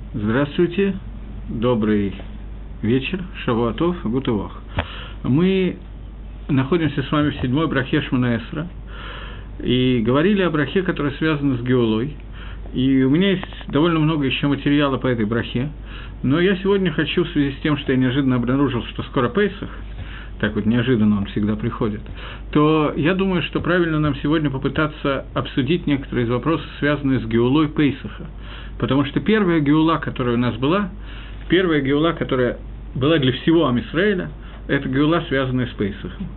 Здравствуйте, добрый вечер, Шавуа Тов, Гутывах. Мы находимся с вами в 7-й брахе Шмона Эсра и говорили о брахе, которая связана с Геулой. И у меня есть довольно много еще материала по этой брахе, но я сегодня хочу, в связи с тем, что я неожиданно обнаружил, что скоро Пейсах, так вот неожиданно он всегда приходит, то я думаю, что правильно нам сегодня попытаться обсудить некоторые из вопросов, связанные с Геулой Пейсаха. Потому что первая Геула, которая у нас была, первая Геула, которая была для всего Ам-Исраэля, это Геула, связанная с Пейсахом.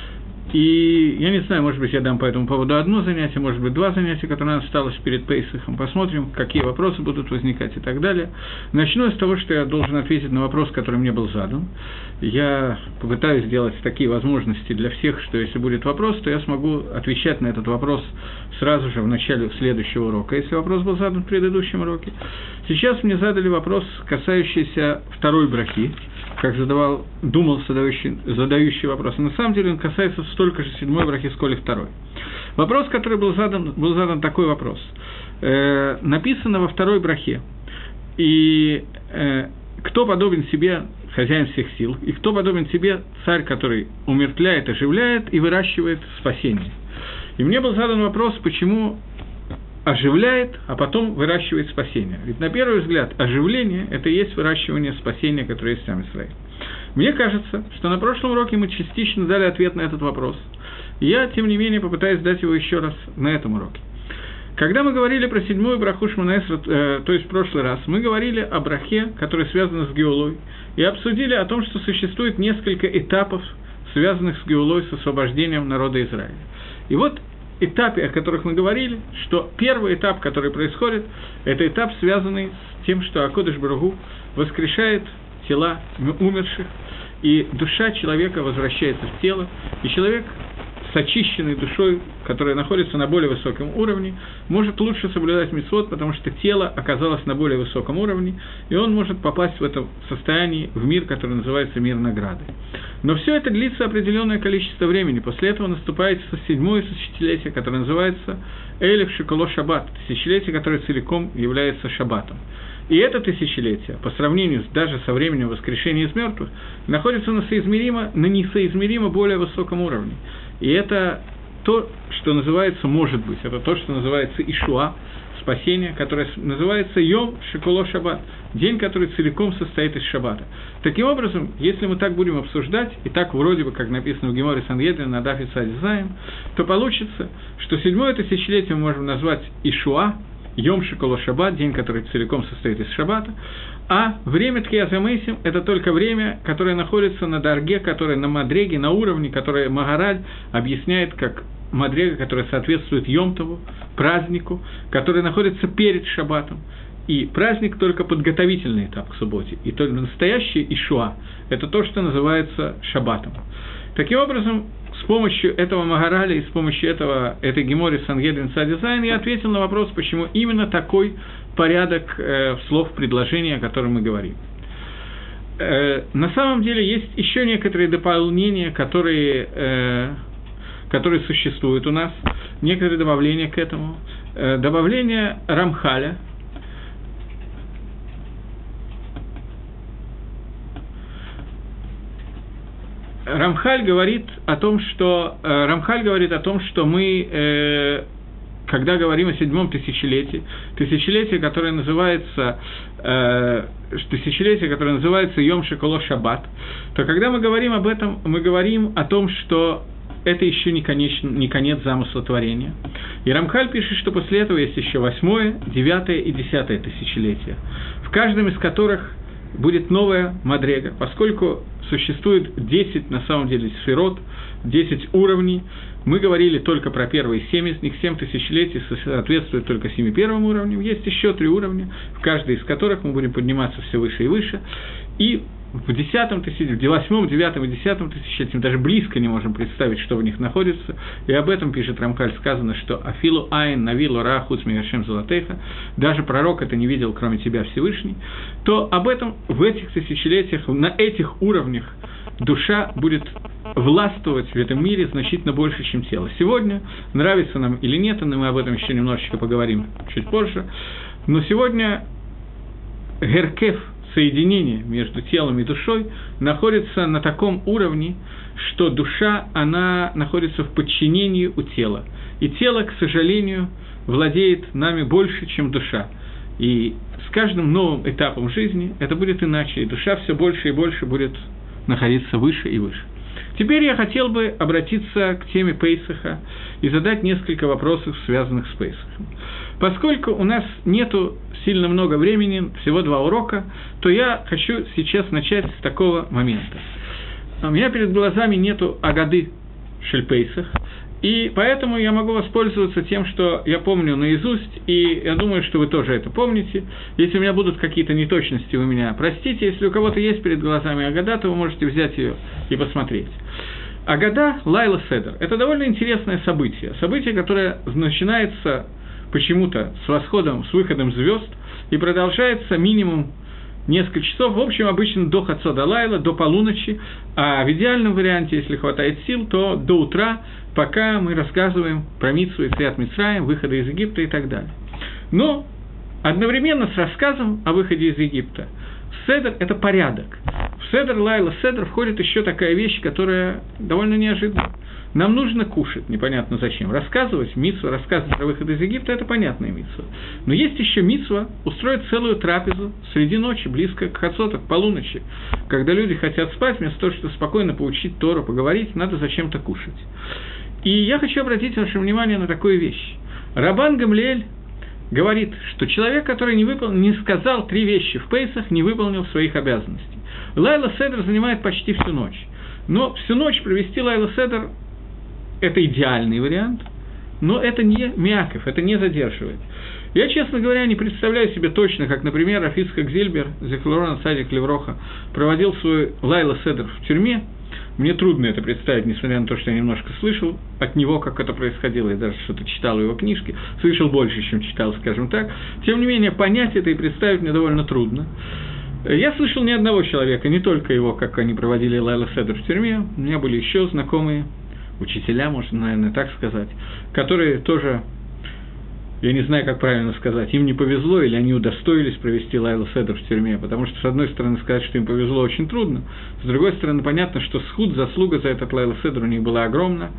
И я не знаю, может быть, я дам по этому поводу одно занятие, может быть, два занятия, которые осталось перед Пейсахом. Посмотрим, какие вопросы будут возникать и так далее. Начну с того, что я должен ответить на вопрос, который мне был задан. Я попытаюсь сделать такие возможности для всех, что если будет вопрос, то я смогу отвечать на этот вопрос сразу же в начале следующего урока, если вопрос был задан в предыдущем уроке. Сейчас мне задали вопрос, касающийся второй брахи, как думал задающий вопрос. На самом деле он касается столько же 7-й брахи, сколь и 2-й. Вопрос, который был задан такой вопрос. Написано во 2-й брахе, и кто подобен себе хозяин всех сил, и кто подобен себе царь, который умертвляет, оживляет и выращивает спасение. И мне был задан вопрос, почему оживляет, а потом выращивает спасение. Ведь на первый взгляд оживление – это и есть выращивание спасения, которое есть в Ам-Исраэль. Мне кажется, что на прошлом уроке мы частично дали ответ на этот вопрос. И я, тем не менее, попытаюсь дать его еще раз на этом уроке. Когда мы говорили про 7-ю браху Шмона Эсра, то есть в прошлый раз, мы говорили о брахе, которая связана с Геулой, и обсудили о том, что существует несколько этапов, связанных с Геулой, с освобождением народа Израиля. И вот этапе, о которых мы говорили, что первый этап, который происходит, это этап, связанный с тем, что Акодыш Барух Ху воскрешает тела умерших, и душа человека возвращается в тело, и человек с очищенной душой, которая находится на более высоком уровне, может лучше соблюдать мицвот, потому что тело оказалось на более высоком уровне, и он может попасть в это состояние, в мир, который называется мир награды. Но все это длится определенное количество времени. После этого наступает 7-е тысячелетие, которое называется Элев Шеколо Шаббат, тысячелетие, которое целиком является шаббатом. И это тысячелетие, по сравнению даже со временем воскрешения из мертвых, находится на несоизмеримо более высоком уровне. И это то, что называется, может быть, это то, что называется Ишуа, спасение, которое называется Йом Шеколо Шаббат, день, который целиком состоит из шаббата. Таким образом, если мы так будем обсуждать, и так вроде бы, как написано в Геморе Сангедрин на Дафе Цади Заим, то получится, что 7-е тысячелетие мы можем назвать Ишуа, Йом Шеколо Шаббат, день, который целиком состоит из шаббата, а время Ткият ха-Меисим – это только время, которое находится на дарге, которое на мадреге, на уровне, которое Магараль объясняет как мадрега, которая соответствует Йом-Тову, празднику, который находится перед шаббатом. И праздник только подготовительный этап к субботе. И только настоящий Ишуа – это то, что называется шаббатом. Таким образом, с помощью этого Магараля и с помощью этой Геморы Сангедрин Цади Заин я ответил на вопрос, почему именно такой порядок слов предложения, о котором мы говорим. На самом деле есть еще некоторые дополнения, которые существуют у нас, некоторые добавления к этому. Добавление Рамхаля. Рамхаль говорит о том, что мы, когда говорим о 7-м тысячелетие, которое называется Йом Шеколо Шаббат, то когда мы говорим об этом, мы говорим о том, что это еще не конец замысла творения. И Рамхаль пишет, что после этого есть еще 8-е, 9-е и 10-е тысячелетия, в каждом из которых будет новая мадрега, поскольку существует 10, на самом деле, сферот, 10 уровней. Мы говорили только про первые 7 из них, 7 тысячелетий соответствуют только 7 первым уровням. Есть еще 3 уровня, в каждой из которых мы будем подниматься все выше и выше. И в 8-м, 9-м и 10-м тысячелетиям даже близко не можем представить, что в них находится. И об этом, пишет Рамхаль, сказано, что «Афилу айн навилу ра хуц мигашем золотейха», даже пророк это не видел, кроме тебя, Всевышний, то об этом в этих тысячелетиях, на этих уровнях душа будет властвовать в этом мире значительно больше, чем тело. Сегодня, нравится нам или нет, но мы об этом еще немножечко поговорим чуть позже, но сегодня геркев, соединение между телом и душой, находится на таком уровне, что душа, она находится в подчинении у тела. И тело, к сожалению, владеет нами больше, чем душа. И с каждым новым этапом жизни это будет иначе, и душа все больше и больше будет находиться выше и выше. Теперь я хотел бы обратиться к теме Пейсаха и задать несколько вопросов, связанных с Пейсахом. Поскольку у нас нету сильно много времени, всего 2 урока, то я хочу сейчас начать с такого момента. У меня перед глазами нету Агады Шель Пейсах, и поэтому я могу воспользоваться тем, что я помню наизусть, и я думаю, что вы тоже это помните. Если у меня будут какие-то неточности, вы меня простите. Если у кого-то есть перед глазами Агада, то вы можете взять ее и посмотреть. Агада Лайла Седер – это довольно интересное событие. Событие, которое начинается почему-то с выходом звезд и продолжается минимум несколько часов, в общем, обычно до Хацода Лайла, до полуночи, а в идеальном варианте, если хватает сил, то до утра, пока мы рассказываем про Мицву, Ицриат Мицраим, выхода из Египта и так далее. Но одновременно с рассказом о выходе из Египта, Седер – это порядок. В Седер Лайла Седер входит еще такая вещь, которая довольно неожиданна. Нам нужно кушать, непонятно зачем. Рассказывать мицва, рассказывать про выход из Египта – это понятная мицва. Но есть еще мицва устроить целую трапезу среди ночи, близко к Хацоту, к полуночи. Когда люди хотят спать, вместо того, чтобы спокойно поучить Тору, поговорить, надо зачем-то кушать. И я хочу обратить ваше внимание на такую вещь. Рабан Гамлиэль говорит, что человек, который не сказал 3 вещи в Пейсах, не выполнил своих обязанностей. Лайла Седер занимает почти всю ночь. Но всю ночь провести Лайла Седер – это идеальный вариант, но это не мяков, это не задерживает. Я, честно говоря, не представляю себе точно, как, например, Рав Ицхак Зильбер, Зихлорон Цадик Левроха, проводил свой Лайла Седер в тюрьме. Мне трудно это представить, несмотря на то, что я немножко слышал от него, как это происходило, и даже что-то читал в его книжке, слышал больше, чем читал, скажем так. Тем не менее, понять это и представить мне довольно трудно. Я слышал ни одного человека, не только его, как они проводили Лайла Седер в тюрьме, у меня были еще знакомые, учителя, можно, наверное, так сказать, которые тоже, я не знаю, как правильно сказать, им не повезло или они удостоились провести Лайла Седер в тюрьме, потому что, с одной стороны, сказать, что им повезло, очень трудно, с другой стороны, понятно, что заслуга за этот Лайла Седер у них была огромна.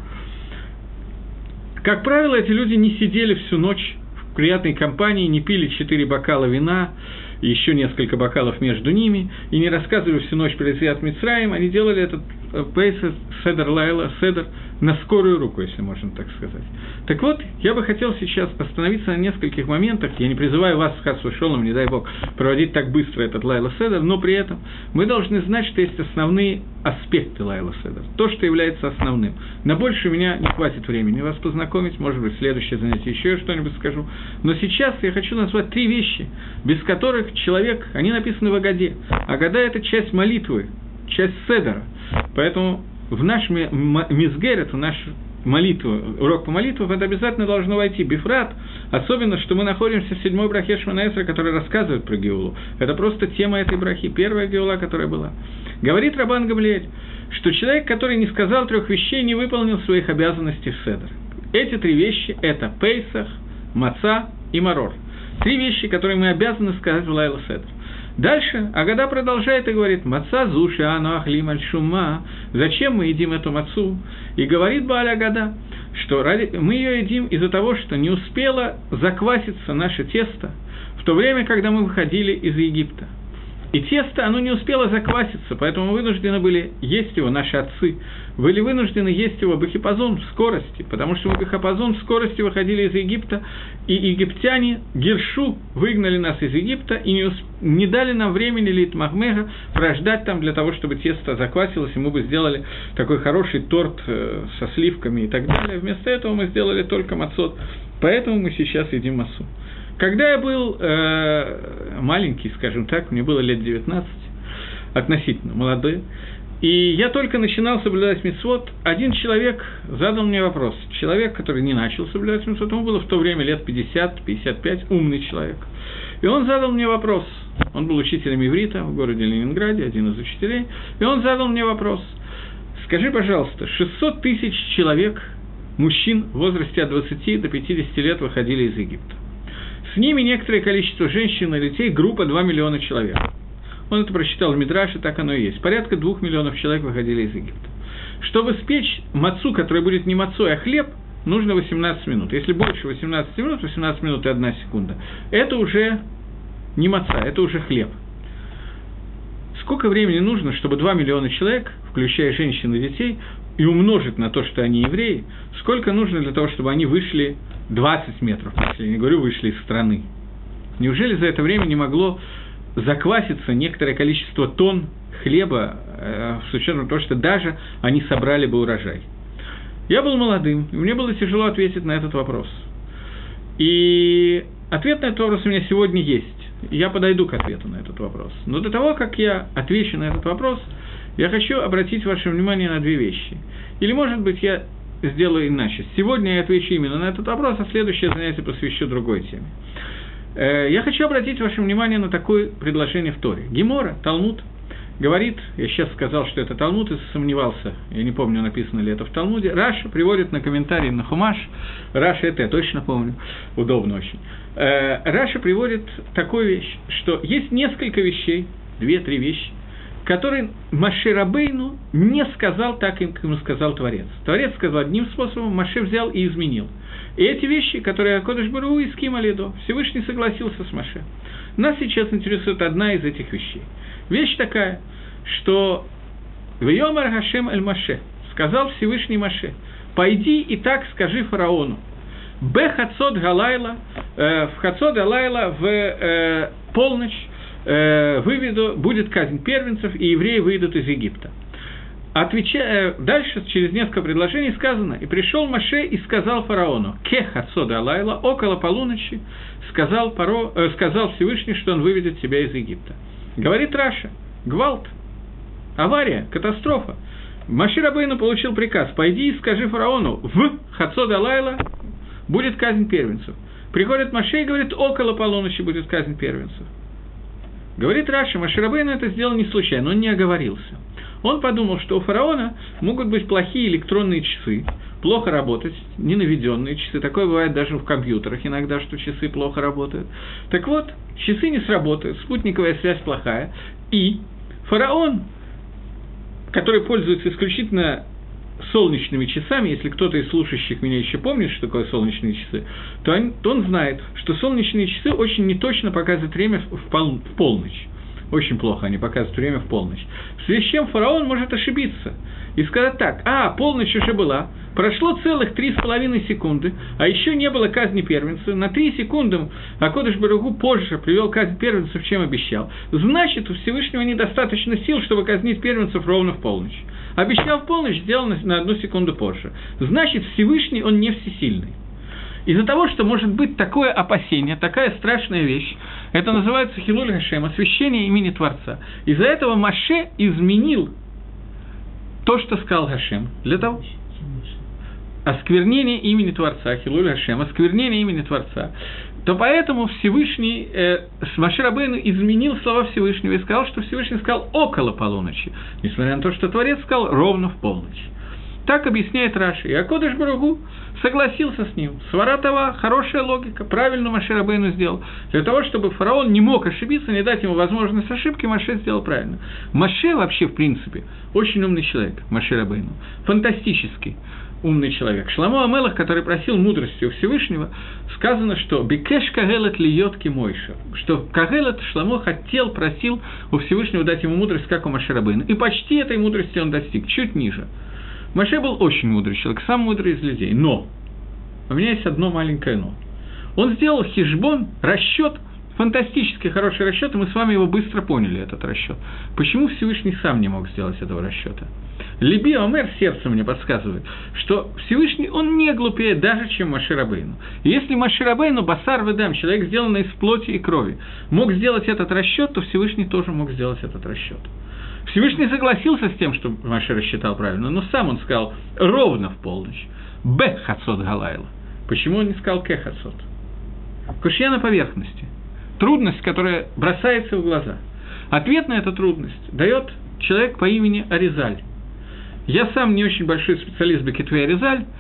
Как правило, эти люди не сидели всю ночь в приятной компании, не пили 4 бокала вина, и еще несколько бокалов между ними, и не рассказывали всю ночь про Ицриат Мицраим, они делали этот Пейсах Седер Лайла Седер на скорую руку, если можно так сказать. Так вот, я бы хотел сейчас остановиться на нескольких моментах. Я не призываю вас с Хас Вешолом, не дай Бог, проводить так быстро этот Лайла Седер, но при этом мы должны знать, что есть основные аспекты Лайла Седер, то, что является основным. На больше у меня не хватит времени вас познакомить, может быть, в следующее занятие еще я что-нибудь скажу. Но сейчас я хочу назвать 3 вещи, без которых человек, они написаны в Агаде. Агада – это часть молитвы, часть Седера. Поэтому в наш мизгерет, в наш молитву, урок по молитвам, это обязательно должно войти. Бифрат, особенно, что мы находимся в 7-й брахе Шмона Эсра, который рассказывает про Геулу. Это просто тема этой брахи, первая Геула, которая была. Говорит Рабан Гамлиэль, что человек, который не сказал 3 вещей, не выполнил своих обязанностей в Седер. Эти 3 вещи – это Пейсах, Маца и Марор. 3 вещи, которые мы обязаны сказать в Лайла Седер. Дальше Агада продолжает и говорит: «Маца зуши ану ахлим аль шума». Зачем мы едим эту мацу? И говорит Бааль Агада, что мы ее едим из-за того, что не успело закваситься наше тесто в то время, когда мы выходили из Египта. И тесто, оно не успело закваситься, поэтому мы вынуждены были есть его, наши отцы, были вынуждены есть его бахипазон в скорости, потому что мы бахипазон в скорости выходили из Египта, и египтяне Гершу выгнали нас из Египта и не дали нам времени лит махмега прождать там для того, чтобы тесто заквасилось, и мы бы сделали такой хороший торт со сливками и так далее. Вместо этого мы сделали только мацот, поэтому мы сейчас едим массу. Когда я был маленький, скажем так, мне было лет 19, относительно молодой, и я только начинал соблюдать мицвот, один человек задал мне вопрос. Человек, который не начал соблюдать мицвот, ему было в то время лет 50-55, умный человек. И он задал мне вопрос. Он был учителем иврита в городе Ленинграде, один из учителей. И он задал мне вопрос. Скажи, пожалуйста, 600 тысяч человек, мужчин в возрасте от 20 до 50 лет выходили из Египта. С ними некоторое количество женщин и детей, группа 2 миллиона человек. Он это прочитал в Мидраше, так оно и есть. Порядка 2 миллионов человек выходили из Египта. Чтобы спечь мацу, которая будет не мацой, а хлеб, нужно 18 минут. Если больше 18 минут и 1 секунда, это уже не маца, это уже хлеб. Сколько времени нужно, чтобы 2 миллиона человек, включая женщин и детей, и умножить на то, что они евреи, сколько нужно для того, чтобы они вышли 20 метров, если я не говорю, вышли из страны? Неужели за это время не могло закваситься некоторое количество тонн хлеба, с учетом того, что даже они собрали бы урожай? Я был молодым, и мне было тяжело ответить на этот вопрос. И ответ на этот вопрос у меня сегодня есть. Я подойду к ответу на этот вопрос. Но до того, как я отвечу на этот вопрос, я хочу обратить ваше внимание на 2 вещи. Или, может быть, я сделаю иначе. Сегодня я отвечу именно на этот вопрос, а следующее занятие посвящу другой теме. Я хочу обратить ваше внимание на такое предложение в Торе. Гемора, Талмуд, говорит, я сейчас сказал, что это Талмуд, и сомневался, я не помню, написано ли это в Талмуде, Раша приводит на комментарий на Хумаш, Раша это я точно помню, удобно очень. Раша приводит такую вещь, что есть несколько вещей, 2-3 вещи, которые Моше Рабейну не сказал так, как ему сказал Творец. Творец сказал одним способом, Моше взял и изменил. И эти вещи, которые Акодеш Барух Ху и Ским Алидо, Всевышний согласился с Моше. Нас сейчас интересует одна из этих вещей. Вещь такая, что «Вейомар Хашем эль Моше», сказал Всевышний Моше, «Пойди и так скажи фараону, Бе Хацот Галайла, в Хацот Галайла в полночь выведу, будет казнь первенцев, и евреи выйдут из Египта». Дальше, через несколько предложений сказано, «И пришел Моше и сказал фараону, ке Хацот Галайла, около полуночи, сказал Всевышний, что он выведет тебя из Египта». Говорит Раша, гвалт, авария, катастрофа. Моше Рабейну получил приказ, пойди и скажи фараону, в Хацот Алайла будет казнь первенцев. Приходит Моше и говорит, около полуночи будет казнь первенцев. Говорит Раша, Моше Рабейну это сделал не случайно, он не оговорился. Он подумал, что у фараона могут быть плохие электронные часы, плохо работать, ненаведенные часы. Такое бывает даже в компьютерах иногда, что часы плохо работают. Так вот, часы не сработают, спутниковая связь плохая, и фараон, который пользуется исключительно солнечными часами, если кто-то из слушающих меня еще помнит, что такое солнечные часы, то он знает, что солнечные часы очень неточно показывают время в полночь. Очень плохо они показывают время в полночь. В связи с чем фараон может ошибиться и сказать так, полночь уже была, прошло целых 3,5 секунды, а еще не было казни первенцев, на 3 секунды Акодеш Барух Ху позже привел казнь первенцев, чем обещал. Значит, у Всевышнего недостаточно сил, чтобы казнить первенцев ровно в полночь. Обещал в полночь, сделал на 1 секунду позже. Значит, Всевышний, он не всесильный. Из-за того, что может быть такое опасение, такая страшная вещь, это называется Хилуль Хашем, освящение имени Творца. Из-за этого Моше изменил то, что сказал Хашем, для того, осквернение имени Творца, Хилуль Хашем, осквернение имени Творца, то поэтому Всевышний, Моше Рабейну изменил слова Всевышнего и сказал, что Всевышний сказал около полуночи, несмотря на то, что Творец сказал ровно в полночь. Так объясняет Раши. И Акодеш Барух Ху согласился с ним. Сваратова, хорошая логика, правильно Моше Рабейну сделал. Для того, чтобы фараон не мог ошибиться, не дать ему возможность ошибки, Моше сделал правильно. Моше вообще, в принципе, очень умный человек, Моше Рабейну. Фантастический умный человек. Шломо ха-Мелех, который просил мудрости у Всевышнего, сказано, что «Бекеш кагелет льет кимойша», что кагелет Шломо просил у Всевышнего дать ему мудрость, как у Моше Рабейну. И почти этой мудрости он достиг, чуть ниже. Моше был очень мудрый человек, самый мудрый из людей, но у меня есть одно маленькое но. Он сделал хешбон, расчет, фантастически хороший расчет, и мы с вами его быстро поняли, этот расчет. Почему Всевышний сам не мог сделать этого расчета? Либи Омер, сердце мне подсказывает, что Всевышний, он не глупее даже, чем Моше Рабейну. И если Моше Рабейну, басар ведам, человек, сделанный из плоти и крови, мог сделать этот расчет, то Всевышний тоже мог сделать этот расчет. Всевышний согласился с тем, что Моше рассчитал правильно, но сам он сказал ровно в полночь. Бе Хацот Галайла. Почему он не сказал ке Хацот? Кушья на поверхности. Трудность, которая бросается в глаза. Ответ на эту трудность дает человек по имени Аризаль. Я сам не очень большой специалист Бекитве Аризаль,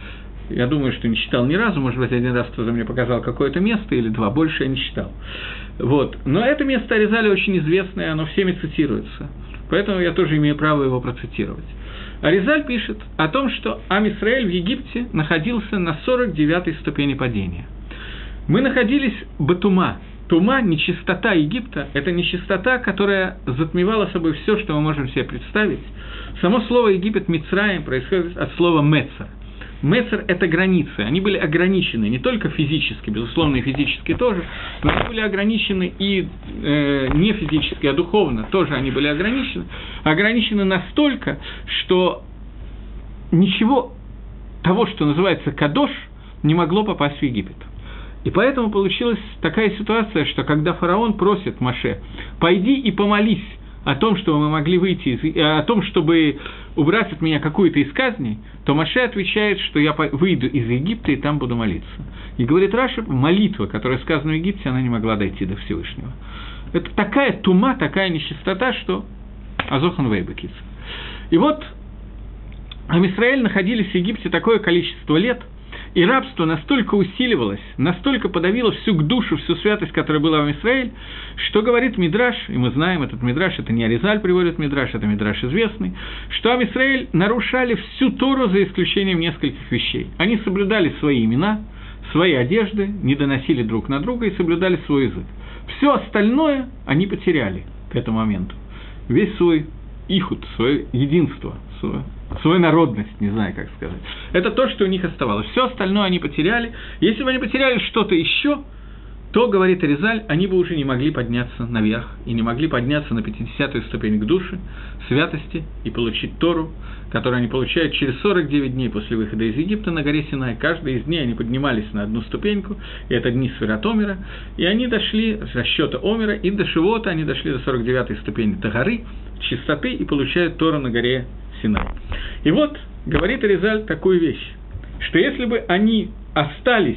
я думаю, что не читал ни разу, может быть, один раз кто-то мне показал какое-то место или два, больше я не читал. Вот. Но это место Аризаля очень известное, оно всеми цитируется, поэтому я тоже имею право его процитировать. Аризаль пишет о том, что Ам Исраэль в Египте находился на 49-й ступени падения. Мы находились Батума. Тума, нечистота Египта, это нечистота, которая затмевала собой все, что мы можем себе представить. Само слово Египет, Мицраим, происходит от слова Мецер. Мецер – это границы, они были ограничены не только физически, безусловно, и физически тоже, но они были ограничены и не физически, а духовно тоже они были ограничены настолько, что ничего того, что называется кадош, не могло попасть в Египет. И поэтому получилась такая ситуация, что когда фараон просит Моше: «Пойди и помолись о том, чтобы мы могли выйти, о том, чтобы убрать от меня какую-то из казней», то Моше отвечает, что я выйду из Египта и там буду молиться. И говорит Раши, молитва, которая сказана в Египте, она не могла дойти до Всевышнего. Это такая тума, такая нечистота, что Азохан Вейбекиц. И вот Ам Исраэль находились в Египте такое количество лет, и рабство настолько усиливалось, настолько подавило всю душу, всю святость, которая была в Ам Исраэль, что говорит Мидраш, и мы знаем этот Мидраш, это не Аризаль приводит Мидраш, это Мидраш известный, что Ам Исраэль нарушали всю Тору за исключением нескольких вещей. Они соблюдали свои имена, свои одежды, не доносили друг на друга и соблюдали свой язык. Все остальное они потеряли к этому моменту. Весь свой ихуд, свое единство, свою народность, не знаю, как сказать. Это то, что у них оставалось. Все остальное они потеряли. Если бы они потеряли что-то еще, то, говорит Аризаль, они бы уже не могли подняться наверх и не могли подняться на 50-ю ступень к душе, святости и получить Тору, которую они получают через 49 дней после выхода из Египта на горе Синай. Каждый из дней они поднимались на одну ступеньку, и это дни Сфират Омера, и они дошли с расчета Омера, и до Шивота они дошли до 49-й ступени, до горы, чистоты, и получают Тору на горе Синай. И вот говорит Аризаль такую вещь, что если бы они остались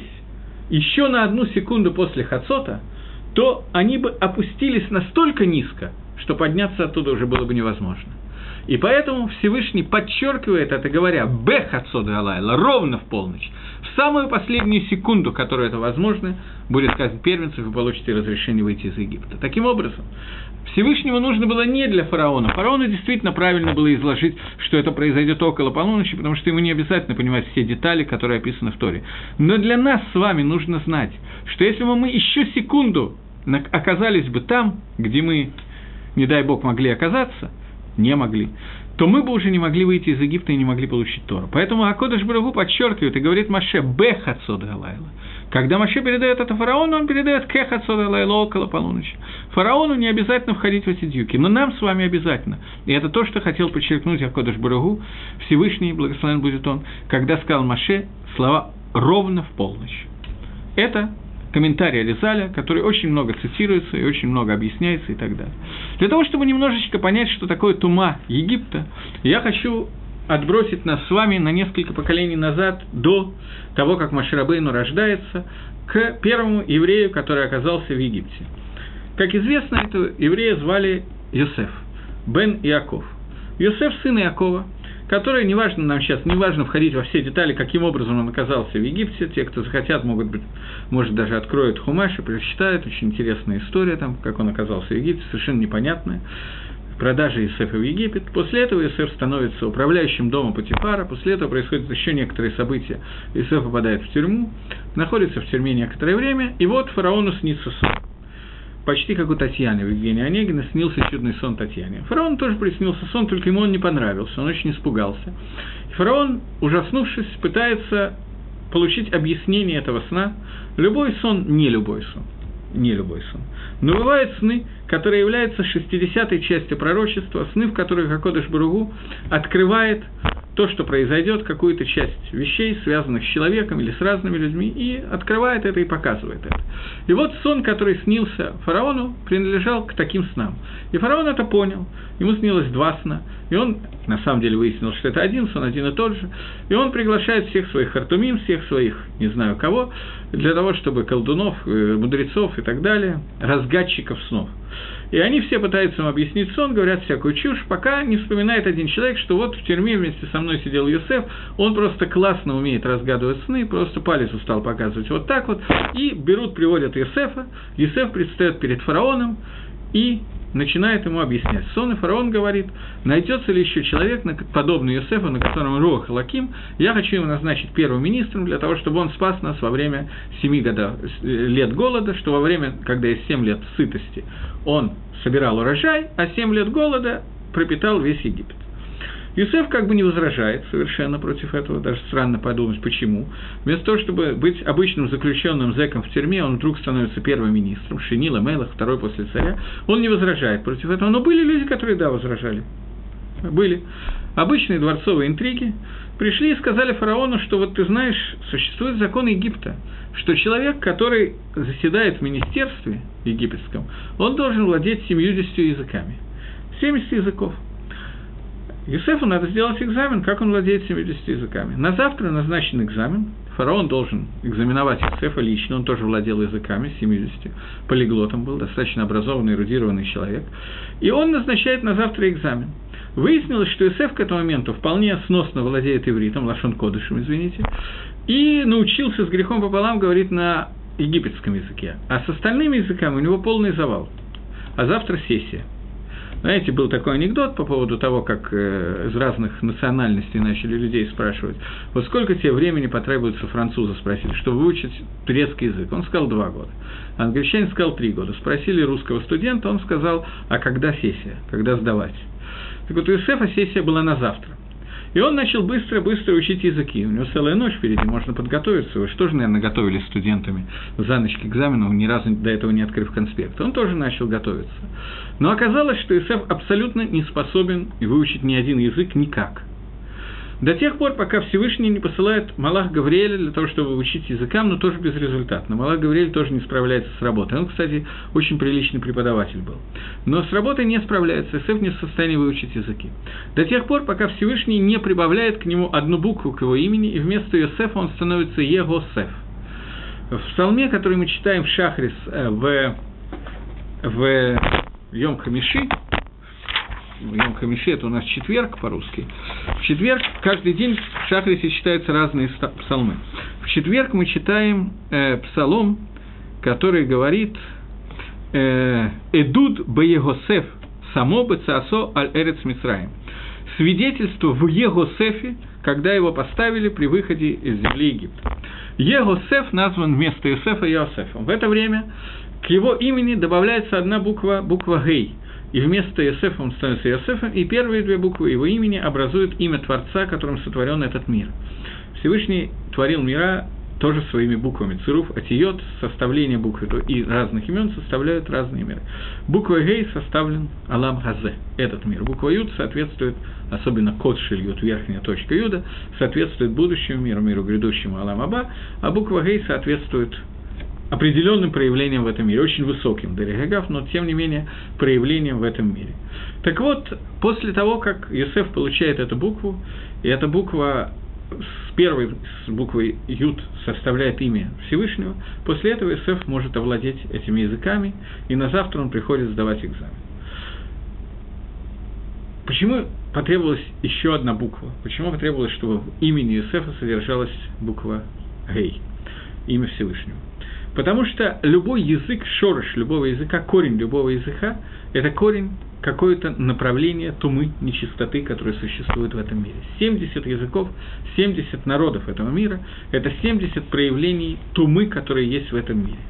еще на одну секунду после Хацота, то они бы опустились настолько низко, что подняться оттуда уже было бы невозможно. И поэтому Всевышний подчеркивает это, говоря: «Бе Хацот галайла», ровно в полночь, в самую последнюю секунду, которую это возможно, будет сказать первенцев, вы получите разрешение выйти из Египта. Таким образом, Всевышнему нужно было не для фараона. Фараону действительно правильно было изложить, что это произойдет около полуночи, потому что ему не обязательно понимать все детали, которые описаны в Торе. Но для нас с вами нужно знать, что если бы мы еще секунду оказались бы там, где мы, не дай Бог, могли оказаться, не могли, то мы бы уже не могли выйти из Египта и не могли получить Тору. Поэтому Акодеш Барух Ху подчеркивает и говорит Моше: «Бе Хацот галайла». Когда Моше передает это фараону, он передает «Ке Хацот галайла», около полуночи. Фараону не обязательно входить в эти дюки, но нам с вами обязательно. И это то, что хотел подчеркнуть Акодеш Барух Ху, Всевышний, благословен будет он, когда сказал Моше слова «ровно в полночь». Это комментарий Аризаля, который очень много цитируется и очень много объясняется и так далее. Для того, чтобы немножечко понять, что такое тума Египта, я хочу отбросить нас с вами на несколько поколений назад, до того, как Моше Рабейну рождается, к первому еврею, который оказался в Египте. Как известно, этого еврея звали Йосеф, бен Иаков. Йосеф – сын Иакова, который, неважно нам сейчас, неважно входить во все детали, каким образом он оказался в Египте. Те, кто захотят, могут быть, может, даже откроют Хумаш и прочитают. Очень интересная история там, как он оказался в Египте, совершенно непонятная. Продажа Йосефа в Египет. После этого Йосеф становится управляющим дома Потифара. После этого происходят еще некоторые события. Йосеф попадает в тюрьму, находится в тюрьме некоторое время, и вот фараону снится сон. Почти как у Татьяны, у Евгения Онегина, снился чудный сон Татьяне. Фараону тоже приснился сон, только ему он не понравился, он очень испугался. И фараон, ужаснувшись, пытается получить объяснение этого сна. Любой сон – не любой сон. Не любой сон. Но бывают сны, которые являются 60-й частью пророчества, сны, в которых Акодеш Барух Ху открывает то, что произойдет, какую-то часть вещей, связанных с человеком или с разными людьми, и открывает это и показывает это. И вот сон, который снился фараону, принадлежал к таким снам. И фараон это понял. Ему снилось два сна. И он, на самом деле, выяснил, что это один сон, один и тот же. И он приглашает всех своих хартумим, всех своих, не знаю кого, для того, чтобы колдунов, мудрецов и так далее, разгадчиков снов. И они все пытаются ему объяснить сон, говорят всякую чушь, пока не вспоминает один человек, что вот в тюрьме вместе со мной сидел Йосеф, он просто классно умеет разгадывать сны, просто палец устал показывать вот так вот, и берут, приводят Йосефа, Йосеф предстает перед фараоном и начинает ему объяснять сон, и фараон говорит, найдется ли еще человек, подобный Йосефу, на котором Руах Элоким, я хочу его назначить первым министром для того, чтобы он спас нас во время 7 лет голода, что во время, когда есть 7 лет сытости, он собирал урожай, а 7 лет голода пропитал весь Египет. Йосеф как бы не возражает совершенно против этого, даже странно подумать, почему. Вместо того, чтобы быть обычным заключенным зэком в тюрьме, он вдруг становится первым министром, Шенил Мелах, второй после царя, он не возражает против этого. Но были люди, которые, да, возражали. Были. Обычные дворцовые интриги. Пришли и сказали фараону, что вот ты знаешь, существует закон Египта, что человек, который заседает в министерстве египетском, он должен владеть 70 языками. 70 языков. Йосефу надо сделать экзамен, как он владеет 70 языками. На завтра назначен экзамен, фараон должен экзаменовать Йосефа лично, он тоже владел языками, 70, полиглотом был, достаточно образованный, эрудированный человек, и он назначает на завтра экзамен. Выяснилось, что Йосеф к этому моменту вполне сносно владеет ивритом, лашон кодышем, извините, и научился с грехом пополам говорить на египетском языке, а с остальными языками у него полный завал, а завтра сессия. Знаете, был такой анекдот по поводу того, как из разных национальностей начали людей спрашивать, вот сколько тебе времени потребуется, француза спросили, чтобы выучить турецкий язык. Он сказал 2 года. Англичанин сказал 3 года. Спросили русского студента, он сказал, а когда сессия, когда сдавать? Так вот, у Йосефа сессия была на завтра. И он начал быстро-быстро учить языки. У него целая ночь впереди, можно подготовиться. Вы же тоже, наверное, готовились студентами за ночь к экзамену, ни разу до этого не открыв конспект. Он тоже начал готовиться. Но оказалось, что Йосеф абсолютно не способен выучить ни один язык никак. До тех пор, пока Всевышний не посылает Малах Гавриэля для того, чтобы учить языкам, но тоже безрезультатно. Малах Гавриэль тоже не справляется с работой. Он, кстати, очень приличный преподаватель был. Но с работой не справляется, Йосеф не в состоянии выучить языки. До тех пор, пока Всевышний не прибавляет к нему одну букву к его имени, и вместо Йосефа он становится Егосеф. В псалме, который мы читаем в Шахрис в Йом Хамиши, Йом Хамиши, это у нас четверг по-русски. В четверг каждый день в Шахрисе читаются разные псалмы. В четверг мы читаем псалом, который говорит «Эдуд бе-Егосеф само бе-цаасо аль-эрец Мицраим». Свидетельство в Егосефе, когда его поставили при выходе из земли Египта. Егосеф назван вместо Йосефа Йосефом. В это время к его имени добавляется одна буква Гей. И вместо Йосефа он становится Йосефом, и первые 2 буквы его имени образуют имя Творца, которым сотворен этот мир. Всевышний творил мира тоже своими буквами. Цируф, Атиот, составление букв и разных имен составляют разные миры. Буква Гей составлен Алам Хазе, этот мир. Буква Юд соответствует, особенно код Шильют, верхняя точка Юда, соответствует будущему миру, миру грядущему Алам Аба, а буква Гей соответствует определенным проявлением в этом мире, очень высоким, Дерегагав, но тем не менее проявлением в этом мире. Так вот, после того, как Йосеф получает эту букву, и эта буква с буквой Юд составляет имя Всевышнего, после этого Йосеф может овладеть этими языками, и на завтра он приходит сдавать экзамен. Почему потребовалась еще одна буква? Почему потребовалось, чтобы в имени Йосефа содержалась буква Гей, имя Всевышнего? Потому что любой язык, шорыш любого языка, корень любого языка – это корень какое-то направление тумы, нечистоты, которое существует в этом мире. 70 языков, 70 народов этого мира – это 70 проявлений тумы, которые есть в этом мире.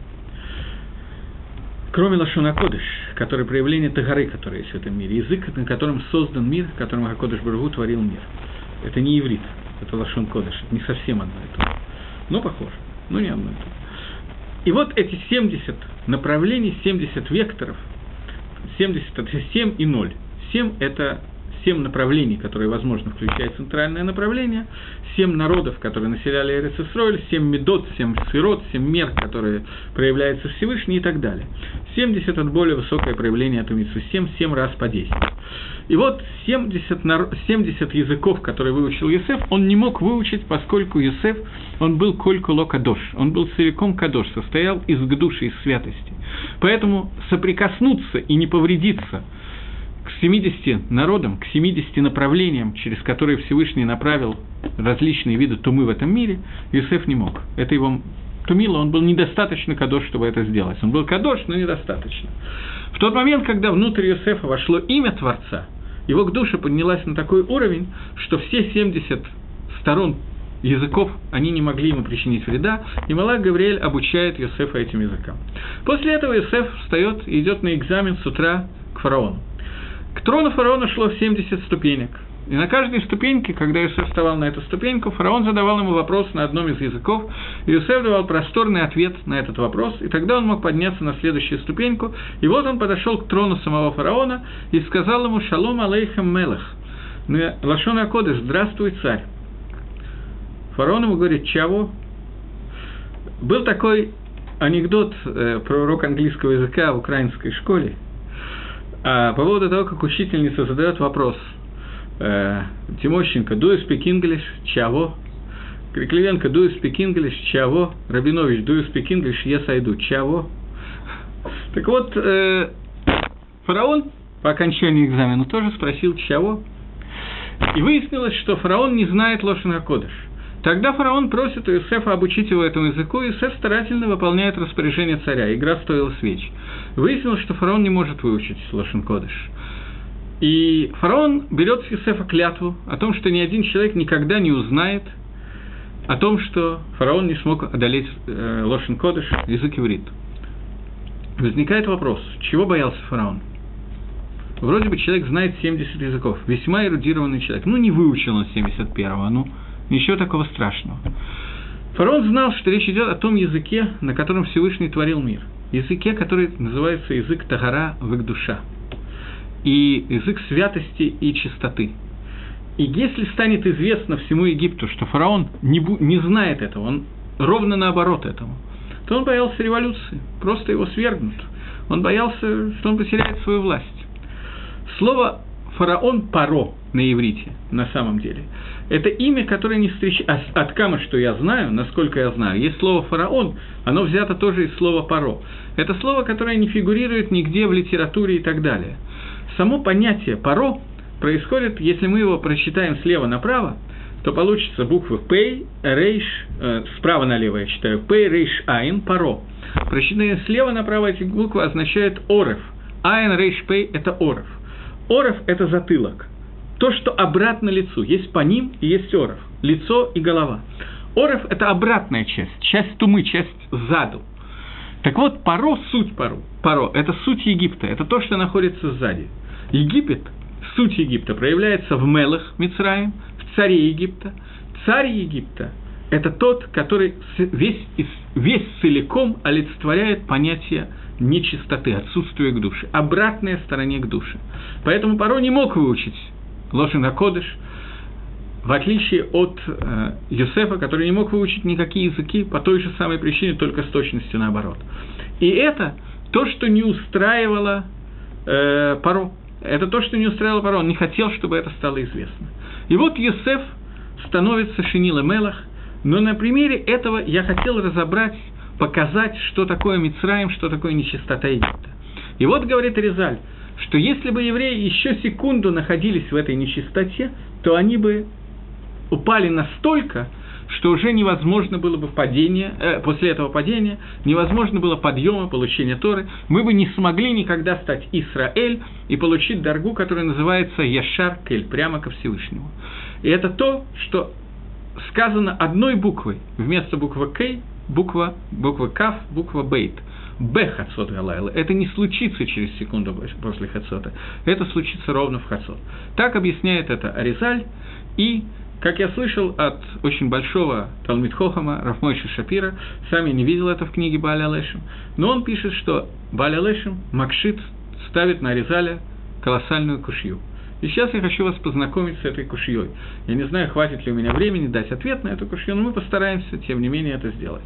Кроме лашон а-кодеш, который проявление тагары, которое есть в этом мире, язык, на котором создан мир, которым а-кодеш Барух Ху творил мир. Это не иврит, это лашон кодеш, это не совсем одно и то же. Но похоже, но не одно и то же. И вот эти 70 направлений, 70 векторов, 70 – это 7 и 0. 7 – это 7 направлений, которые, возможно, включают центральное направление, 7 народов, которые населяли Эрец-Исроэль, 7 медот, 7 сферот, 7 мер, которые проявляются Всевышний и так далее. 70 – это более высокое проявление этой мицвы, 7 раз по 10. И вот 70 языков, которые выучил Йосеф, он не мог выучить, поскольку Йосеф, он был коль куло кадош, он был целиком кадош, состоял из гдуши, из святости. поэтому соприкоснуться и не повредиться к 70 народам, к 70 направлениям, через которые Всевышний направил различные виды тумы в этом мире, Йосеф не мог. Это его тумило, он был недостаточно кадош, чтобы это сделать. Он был кадош, но недостаточно. В тот момент, когда внутрь Йосефа вошло имя Творца, его душа поднялась на такой уровень, что все 70 сторон языков, они не могли ему причинить вреда, и Малах Гавриэль обучает Йосефа этим языкам. После этого Йосеф встает и идет на экзамен с утра к фараону. К трону фараона шло 70 ступенек. И на каждой ступеньке, когда Йосеф вставал на эту ступеньку, фараон задавал ему вопрос на одном из языков, и Йосеф давал просторный ответ на этот вопрос, и тогда он мог подняться на следующую ступеньку, и вот он подошел к трону самого фараона и сказал ему «Шалом алейхем мелех», лашон а-кодеш, «Здравствуй, царь». Фараон ему говорит «Чаво?». Был такой анекдот про урок английского языка в украинской школе, по поводу того, как учительница задает вопрос. Тимощенко, do you speak English? Чаво? Крикливенко, do you speak English? Чаво? Рабинович, do you speak English? Yes, I do. Чаво? Так вот, фараон по окончании экзамена тоже спросил «Чаво?». И выяснилось, что фараон не знает лошон а-кодеш. Тогда фараон просит у Йосефа обучить его этому языку, и Йосеф старательно выполняет распоряжение царя. Игра стоила свеч. Выяснилось, что фараон не может выучить лошон кодеш. И фараон берет с Йосефа клятву о том, что ни один человек никогда не узнает о том, что фараон не смог одолеть лошон кодеш, язык иврит. Возникает вопрос, чего боялся фараон? Вроде бы человек знает 70 языков, весьма эрудированный человек. Не выучил он 71-го, ничего такого страшного. Фараон знал, что речь идет о том языке, на котором Всевышний творил мир. Языке, который называется язык Тагара век-душа. И язык святости и чистоты. И если станет известно всему Египту, что фараон не знает этого, он ровно наоборот этому, то он боялся революции, просто его свергнут. Он боялся, что он потеряет свою власть. Слово «фараон» «паро» на иврите, на самом деле, это имя, которое не встречается, от Кама, что я знаю, насколько я знаю, есть слово «фараон», оно взято тоже из слова «паро». Это слово, которое не фигурирует нигде в литературе и так далее. Само понятие «паро» происходит, если мы его прочитаем слева направо, то получится буквы «пей», «рейш», справа налево я читаю, «пей», «рейш», «айн», «паро». Прочитанные слева направо эти буквы означают «орев». «Айн», «рейш», «пей» – это «орев». «Орев» – это затылок. То, что обратно лицу. Есть паним и есть орев. Лицо и голова. Орев – это обратная часть тумы, часть заду. Так вот, паро – суть паро – это суть Египта, это то, что находится сзади. Египет, суть Египта проявляется в Мелах Мицраим, в царе Египта. Царь Египта – это тот, который весь целиком олицетворяет понятие нечистоты, отсутствия к душе, обратная стороне к душе. Поэтому Паро не мог выучить лошон а-кодеш, в отличие от Йосефа, который не мог выучить никакие языки по той же самой причине, только с точностью наоборот. И это то, что не устраивало Паро. Это то, что не устраивало Паро. Он не хотел, чтобы это стало известно. И вот Йосеф становится Шенил Мелах, но на примере этого я хотел показать, что такое Мицраим, что такое нечистота Египта. И вот говорит Ризаль, что если бы евреи еще секунду находились в этой нечистоте, то они бы упали настолько, что уже невозможно было бы после этого падения, невозможно было подъема, получения Торы, мы бы не смогли никогда стать Исраэль и получить даргу, которая называется Яшар Кель, прямо ко Всевышнему. И это то, что сказано одной буквой, вместо буквы Кей, буква Кав, буква Бейт. Б Хацот Галайла. Это не случится через секунду после Хацота. Это случится ровно в Хацот. Так объясняет это Аризаль. И, как я слышал от очень большого Талмид Хохама, Рав Мойше Шапира, сам я не видел это в книге Бааля Лешем, но он пишет, что Бааля Лешем, Макшит, ставит на Аризаля колоссальную кушью. И сейчас я хочу вас познакомить с этой кушьей. Я не знаю, хватит ли у меня времени дать ответ на эту кушью, но мы постараемся, тем не менее, это сделать.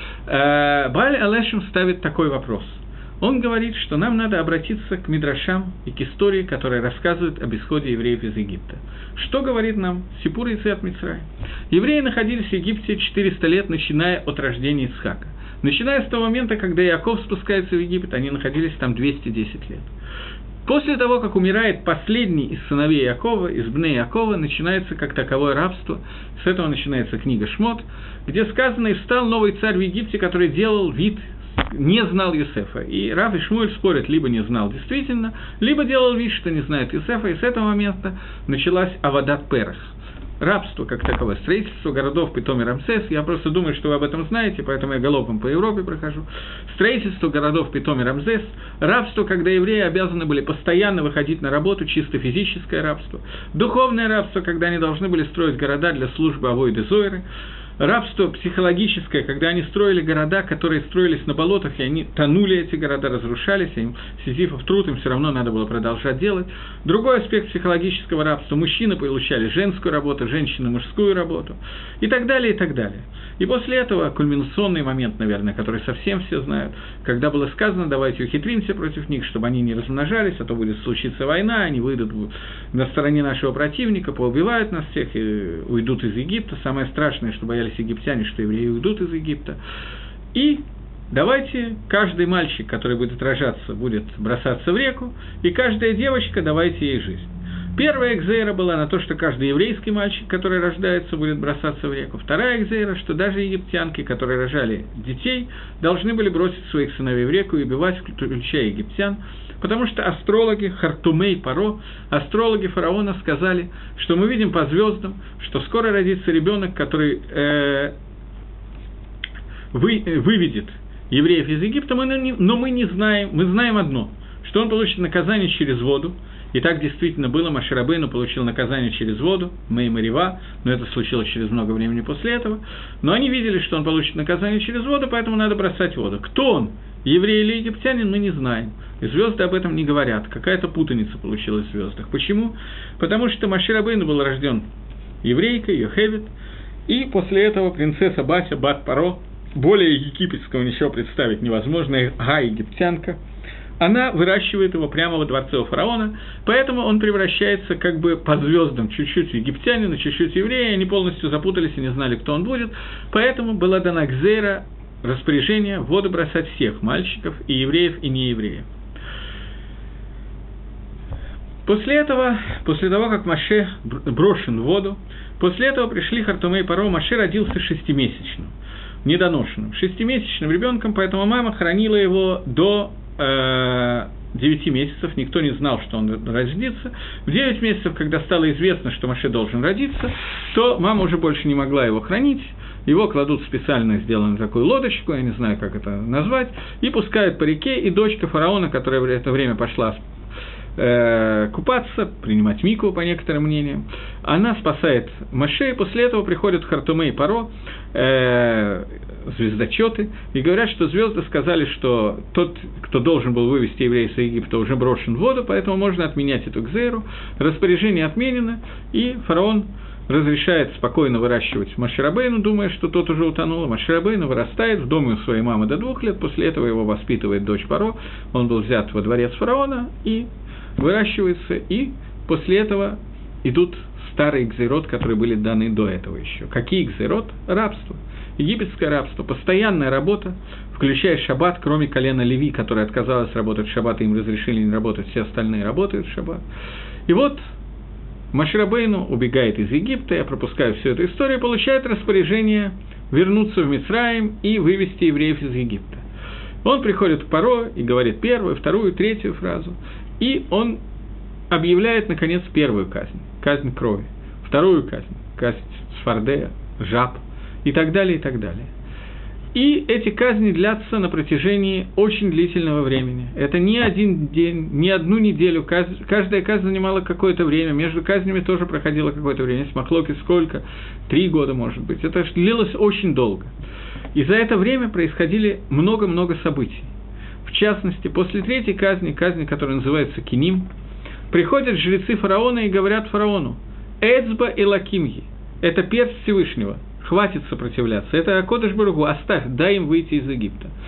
Бааль а-Лешем ставит такой вопрос. Он говорит, что нам надо обратиться к Мидрашам и к истории, которая рассказывает об исходе евреев из Египта. Что говорит нам Сипур Йециат Мицраим? Евреи находились в Египте 400 лет, начиная от рождения Ицхака. Начиная с того момента, когда Иаков спускается в Египет, они находились там 210 лет. После того, как умирает последний из сыновей Иакова, из Бней Иакова, начинается как таковое рабство. С этого начинается книга Шмот, где сказано: «И встал новый царь в Египте, который делал вид, не знал Йосефа». И Рав и Шмуэль спорят: либо не знал действительно, либо делал вид, что не знает Йосефа. И с этого момента началась Авадат Перах. Рабство как таковое, строительство городов Питом и Рамсес. Я просто думаю, что вы об этом знаете, поэтому я галопом по Европе прохожу. Строительство городов Питом и Рамсес. Рабство, когда евреи обязаны были постоянно выходить на работу, чисто физическое рабство. Духовное рабство, когда они должны были строить города для службы Авойды Зойры. Рабство психологическое, когда они строили города, которые строились на болотах, и они тонули, эти города разрушались, и им Сизифов труд, им все равно надо было продолжать делать. Другой аспект психологического рабства: мужчины получали женскую работу, женщины мужскую работу, и так далее, и так далее. И после этого кульминационный момент, наверное, который совсем все знают, когда было сказано: давайте ухитримся против них, чтобы они не размножались, а то будет случиться война, они выйдут на стороне нашего противника, поубивают нас всех и уйдут из Египта. Самое страшное, что боялись египтяне, что евреи уйдут из Египта. И давайте каждый мальчик, который будет рожаться, будет бросаться в реку, и каждая девочка, давайте ей жизнь. Первая экзейра была на то, что каждый еврейский мальчик, который рождается, будет бросаться в реку. Вторая экзейра, что даже египтянки, которые рожали детей, должны были бросить своих сыновей в реку и убивать, включая египтян, потому что астрологи Хартумей Паро, астрологи фараона, сказали, что мы видим по звездам, что скоро родится ребенок, который выведет евреев из Египта, но мы не знаем, мы знаем одно, что он получит наказание через воду. И так действительно было. Моше Рабейну получил наказание через воду, Мей Мерива, но это случилось через много времени после этого. Но они видели, что он получит наказание через воду, поэтому надо бросать воду. Кто он, еврей или египтянин, мы не знаем. И звезды об этом не говорят. Какая-то путаница получилась в звездах. Почему? Потому что Моше Рабейну был рожден еврейкой, Йохевед, и после этого принцесса Бася, Бат Паро, более египетского ничего представить невозможно, египтянка, она выращивает его прямо во дворце у фараона, поэтому он превращается как бы по звездам, чуть-чуть египтянина, чуть-чуть еврея, они полностью запутались и не знали, кто он будет, поэтому была дана Гзейра, распоряжение в воду бросать всех мальчиков, и евреев, и неевреев. После этого, после того, как Моше брошен в воду, после этого пришли Хартумей Паро, Моше родился 6-месячным, недоношенным, 6-месячным ребенком, поэтому мама хранила его до 9 месяцев, никто не знал, что он родится. В 9 месяцев, когда стало известно, что Моше должен родиться, то мама уже больше не могла его хранить, его кладут в специально сделанную такую лодочку, я не знаю, как это назвать, и пускают по реке, и дочка фараона, которая в это время пошла купаться, принимать микву, по некоторым мнениям, она спасает Моше, и после этого приходят Хартумей Паро, звездочеты, и говорят, что звезды сказали, что тот, кто должен был вывести евреев из Египта, уже брошен в воду, поэтому можно отменять эту гзейру, распоряжение отменено, и фараон разрешает спокойно выращивать Моше Рабейну, думая, что тот уже утонул. Моше Рабейну вырастает в доме у своей мамы до 2 лет, после этого его воспитывает дочь Паро, он был взят во дворец фараона и выращивается, и после этого идут старые гзейрот, которые были даны до этого еще. Какие гзейрот? Рабство. Египетское рабство, постоянная работа, включая шаббат, кроме колена Леви, которое отказалось работать в шаббат, и им разрешили не работать, все остальные работают в шаббат. И вот Моше Рабейну убегает из Египта, я пропускаю всю эту историю, получает распоряжение вернуться в Мицраим и вывести евреев из Египта. Он приходит к Паро и говорит первую, вторую, третью фразу, и он объявляет, наконец, первую казнь, казнь крови, вторую казнь сфардея, жаб, и так далее, и так далее. И эти казни длятся на протяжении очень длительного времени. Это не один день, не одну неделю. Каждая казнь занимала какое-то время. Между казнями тоже проходило какое-то время. С махлоки сколько? 3 года, может быть. Это длилось очень долго. И за это время происходили много-много событий. В частности, после 3-й казни, которая называется Киним, приходят жрецы фараона и говорят фараону: «Эцба элакимги» – это перст Всевышнего. Хватит сопротивляться. Это Акодеш Барух Ху, оставь, дай им выйти из Египта.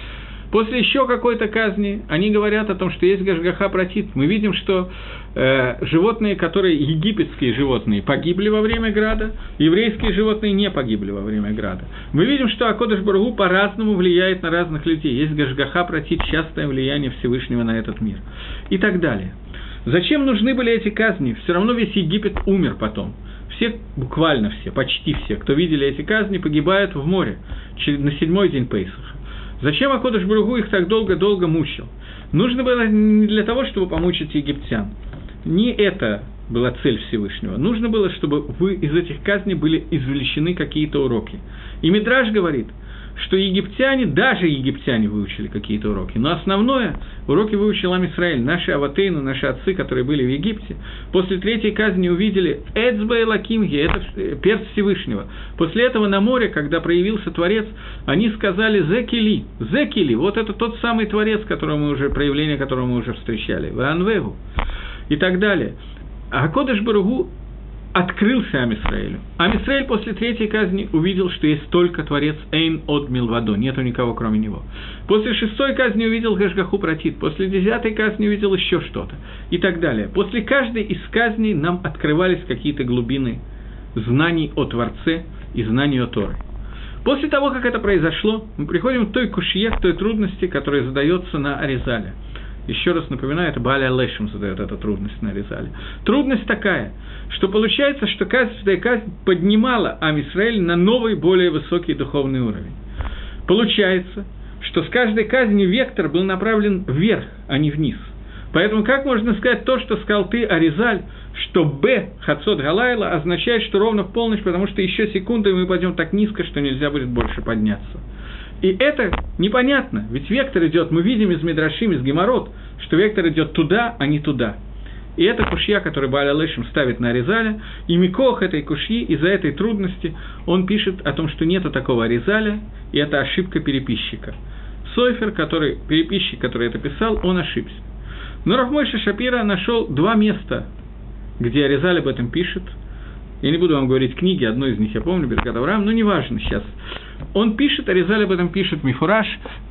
После еще какой-то казни они говорят о том, что есть гашгаха пратит. Мы видим, что животные, которые египетские животные, погибли во время града, еврейские животные не погибли во время града. Мы видим, что Акодеш Барух Ху по-разному влияет на разных людей. Есть гашгаха пратит, частое влияние Всевышнего на этот мир. И так далее. Зачем нужны были эти казни? Все равно весь Египет умер потом. Все, буквально все, почти все, кто видели эти казни, погибают в море на 7-й день Пейсаха. Зачем Акодеш Барух Ху их так долго-долго мучил? Нужно было не для того, чтобы помучить египтян. Не это была цель Всевышнего. Нужно было, чтобы из этих казней были извлечены какие-то уроки. И Мидраш говорит, что египтяне, даже египтяне выучили какие-то уроки. Но основное уроки выучил Ам Исраэль. Наши авотейну, наши отцы, которые были в Египте, после 3-й казни увидели Эцба Элокимги, это перст Всевышнего. После этого на море, когда проявился Творец, они сказали «Зекили», «Зекили», вот это тот самый Творец, проявление которого мы уже встречали, «Ваанвегу» и так далее. А Акодеш Барух Ху открылся Ам Исраэлю. Ам Исраэль после 3-й казни увидел, что есть только Творец Эйн от Милвадо, нету никого кроме него. После 6-й казни увидел гашгаху пратит, после 10-й казни увидел еще что-то и так далее. После каждой из казней нам открывались какие-то глубины знаний о Творце и знаний о Торе. После того, как это произошло, мы приходим к той кушье, к той трудности, которая задается на Аризале. Еще раз напоминаю, это Бааля Алешем задает эту трудность на Аризале. Трудность такая, что получается, что каждая казнь поднимала Ам Исраэль на новый, более высокий духовный уровень. Получается, что с каждой казнью вектор был направлен вверх, а не вниз. Поэтому как можно сказать то, что сказал ты, Аризаль, что Б, Хацот Галайла, означает, что ровно в полночь, потому что еще секунды мы пойдем так низко, что нельзя будет больше подняться. И это непонятно, ведь вектор идет, мы видим из Мидрашим, из Гемарот, что вектор идет туда, а не туда. И это кушья, который Бааль Алешем ставит на Аризале, и микох этой кушьи, из-за этой трудности, он пишет о том, что нету такого Аризаля, и это ошибка переписчика. Сойфер, переписчик, который это писал, он ошибся. Но Рав Мойше Шапира нашел 2 места, где Аризаль об этом пишет. Я не буду вам говорить книги, одну из них я помню, Беркат Авраам, но неважно сейчас. Он пишет, Аризаль об этом пишет, Мифураж,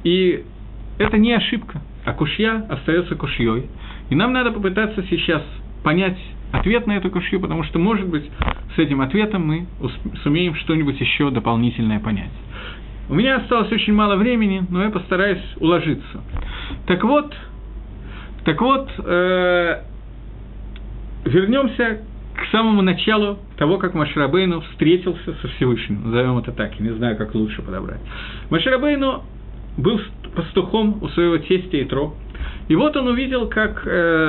и это не ошибка, а кушья остается кушьей. И нам надо попытаться сейчас понять ответ на эту кушью, потому что, может быть, с этим ответом мы сумеем что-нибудь еще дополнительное понять. У меня осталось очень мало времени, но я постараюсь уложиться. Так вот, вернемся к самому началу того, как Моше Рабейну встретился со Всевышним, назовем это так, я не знаю, как лучше подобрать. Моше Рабейну был пастухом у своего тестя Итро, и вот он увидел, как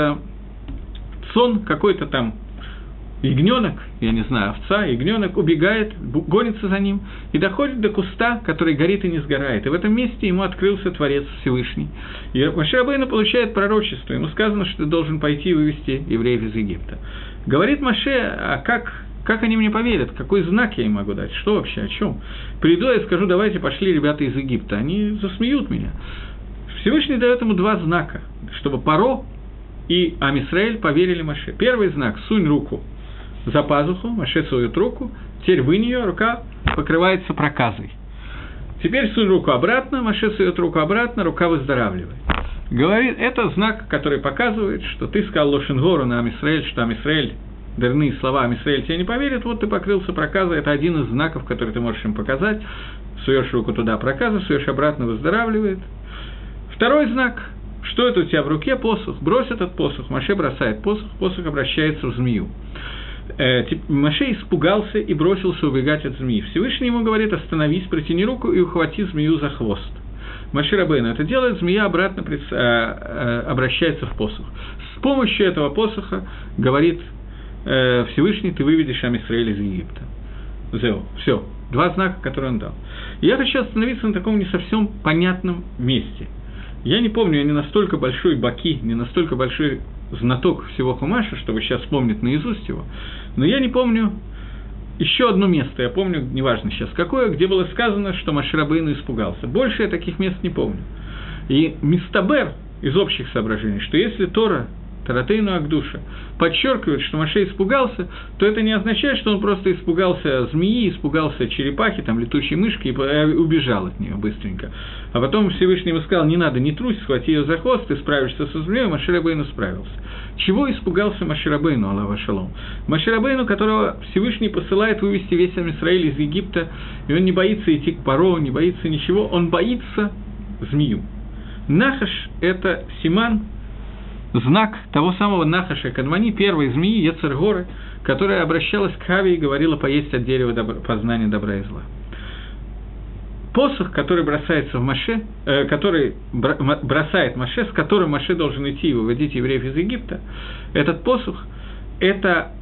сон какой-то там ягненок, я не знаю, овца, ягненок убегает, гонится за ним и доходит до куста, который горит и не сгорает. И в этом месте ему открылся Творец Всевышний. И Моше Рабейну получает пророчество, ему сказано, что ты должен пойти и вывести евреев из Египта. Говорит Моше, а как они мне поверят, какой знак я им могу дать, что вообще, о чем? Приду я и скажу, давайте пошли ребята из Египта, они засмеют меня. Всевышний дает ему 2 знака, чтобы Паро и Ам Исраэль поверили Моше. Первый знак – сунь руку за пазуху, Моше сует руку, теперь вынь её, рука покрывается проказой. Теперь сунь руку обратно, Моше сует руку обратно, рука выздоравливает. Говорит, это знак, который показывает, что ты сказал Лошенгору на Ам Исраэль, что Ам Исраэль, дурные слова Ам Исраэль тебе не поверит, вот ты покрылся проказой, это один из знаков, который ты можешь им показать. Суешь руку туда, проказа, суешь обратно, выздоравливает. Второй знак, что это у тебя в руке? Посох. Брось этот посох. Моше бросает посох, посох обращается в змею. Моше испугался и бросился убегать от змеи. Всевышний ему говорит, остановись, протяни руку и ухвати змею за хвост. Моше Рабейну это делает, змея обратно обращается в посох. С помощью этого посоха, говорит Всевышний, ты выведешь Ам Исраэль из Египта. Все, 2 знака, которые он дал. И я хочу остановиться на таком не совсем понятном месте. Я не помню, я не настолько большой баки, не настолько большой знаток всего Хумаша, чтобы сейчас вспомнить наизусть его, но я не помню еще одно место, я помню, неважно сейчас какое, где было сказано, что Моше Рабейну испугался. Больше я таких мест не помню. И Мистабер из общих соображений, что если Тора Таратейну Агдуша, подчеркивает, что Моше испугался, то это не означает, что он просто испугался змеи, испугался черепахи, там, летучей мышки и убежал от нее быстренько. А потом Всевышний ему сказал: не надо, не трусь, схвати ее за хвост, ты справишься со змеей, Моше Рабейну справился. Чего испугался Моше Рабейну, Аллах вашалом? Моше Рабейну, которого Всевышний посылает вывести весь Израиль из Египта, и он не боится идти к Паро, не боится ничего, он боится змею. Нахаш – это симан, знак того самого Нахаша Кадмани, первой змеи, Йецер Горы, которая обращалась к Хаве и говорила поесть от дерева познания добра и зла. Посох, который бросается в Моше, который бросает Моше, с которым Моше должен идти и выводить евреев из Египта, этот посох – это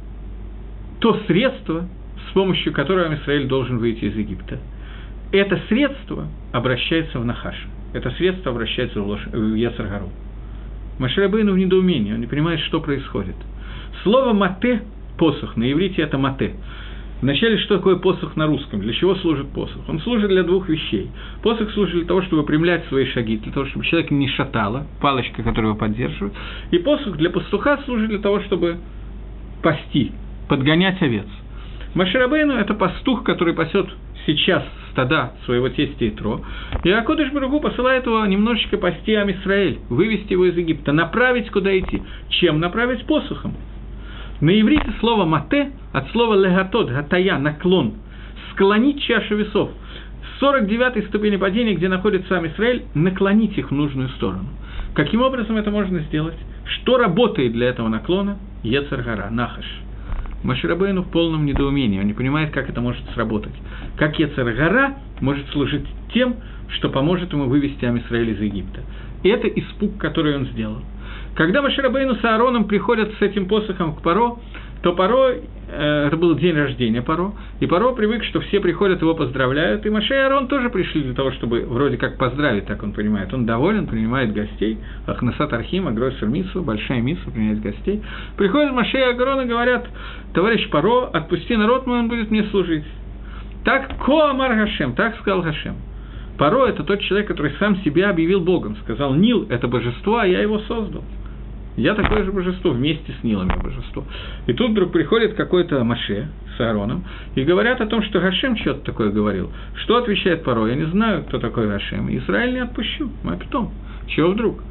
то средство, с помощью которого Израиль должен выйти из Египта. Это средство обращается в Нахаш, это средство обращается в Йецер Гору. Моше Рабейну в недоумении, он не понимает, что происходит. Слово «мате» – посох, на иврите это «мате». Вначале, что такое посох на русском? Для чего служит посох? Он служит для двух вещей. Посох служит для того, чтобы выпрямлять свои шаги, для того, чтобы человек не шатало, палочка, которая его поддерживает. И посох для пастуха служит для того, чтобы пасти, подгонять овец. Моше Рабейну – это пастух, который пасет сейчас стада своего тестя Итро, и Акодыш Барух Ху посылает его немножечко пасти Ам Исраэль, вывести его из Египта, направить куда идти. Чем направить? Посохом. На иврите слово «мате» от слова «легатот», «гатая», «наклон», «склонить чашу весов». 49-й ступени падения, где находится Ам Исраэль, наклонить их в нужную сторону. Каким образом это можно сделать? Что работает для этого наклона? Йецер Гора, Нахаш. Моше Рабейну в полном недоумении, он не понимает, как это может сработать. Как Йецер Гора может служить тем, что поможет ему вывести Ам Исраэль из Египта. И это испуг, который он сделал. Когда Моше Рабейну с Аароном приходят с этим посохом к Паро, то Паро, это был день рождения Паро, и Паро привык, что все приходят, его поздравляют, и Моше и Аарон тоже пришли для того, чтобы вроде как поздравить, так он понимает. Он доволен, принимает гостей, Ахнасат Архим, Агройсер Митсва, большая митсва, принять гостей. Приходят Моше и Аарон и говорят: товарищ Паро, отпусти народ мой, он будет мне служить. Так Ко Амар Гашем, так сказал Гашем. Паро – это тот человек, который сам себя объявил Богом, сказал: Нил – это божество, а я его создал. Я такое же божество, вместе с Нилом я божество. И тут вдруг приходит какой-то Моше с Аароном и говорят о том, что Гашем что-то такое говорил. Что отвечает Паро? Я не знаю, кто такой Гашем. Израиль не отпущу, мой питом. Чего вдруг?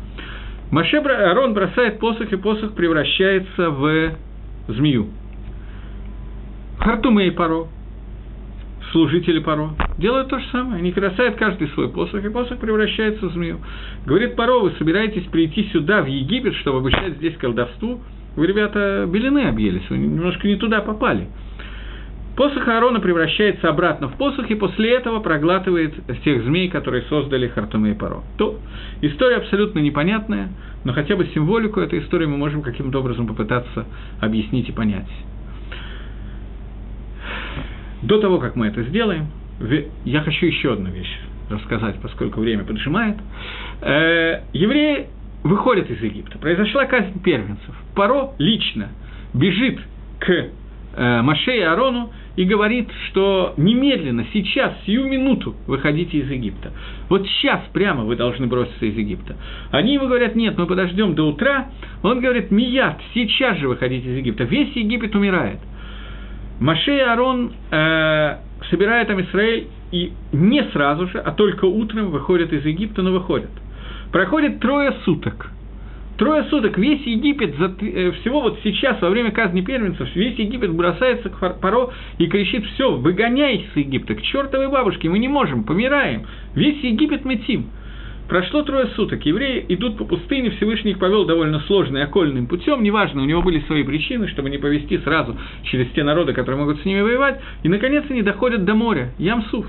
Аарон бросает посох, и посох превращается в змею. Хартумей Паро, служители Паро, делают то же самое. Они бросают каждый свой посох, и посох превращается в змею. Говорит Паро: вы собираетесь прийти сюда, в Египет, чтобы обучать здесь колдовству? Вы, ребята, белины объелись, вы немножко не туда попали. Посох Аарона превращается обратно в посох, и после этого проглатывает тех змей, которые создали Хартуме и Паро. То история абсолютно непонятная, но хотя бы символику этой истории мы можем каким-то образом попытаться объяснить и понять. До того, как мы это сделаем, я хочу еще одну вещь рассказать, поскольку время поджимает. Евреи выходят из Египта. Произошла казнь первенцев. Паро лично бежит к Моше и Аарону и говорит, что немедленно, сейчас, сию минуту выходите из Египта. Вот сейчас прямо вы должны броситься из Египта. Они ему говорят: нет, мы подождем до утра. Он говорит: мият, сейчас же выходите из Египта. Весь Египет умирает. Моше и Аарон собирают Ам Исраэль и не сразу же, а только утром выходят из Египта, но выходят. Проходит 3 суток. 3 суток весь Египет, всего вот сейчас, во время казни первенцев, весь Египет бросается к Паро и кричит: все, выгоняй из Египта, к чертовой бабушке, мы не можем, помираем. Весь Египет метим. Прошло 3 суток, евреи идут по пустыне, Всевышний их повел довольно сложным окольным путем, неважно, у него были свои причины, чтобы не повести сразу через те народы, которые могут с ними воевать, и, наконец, они доходят до моря, Ям-Суф.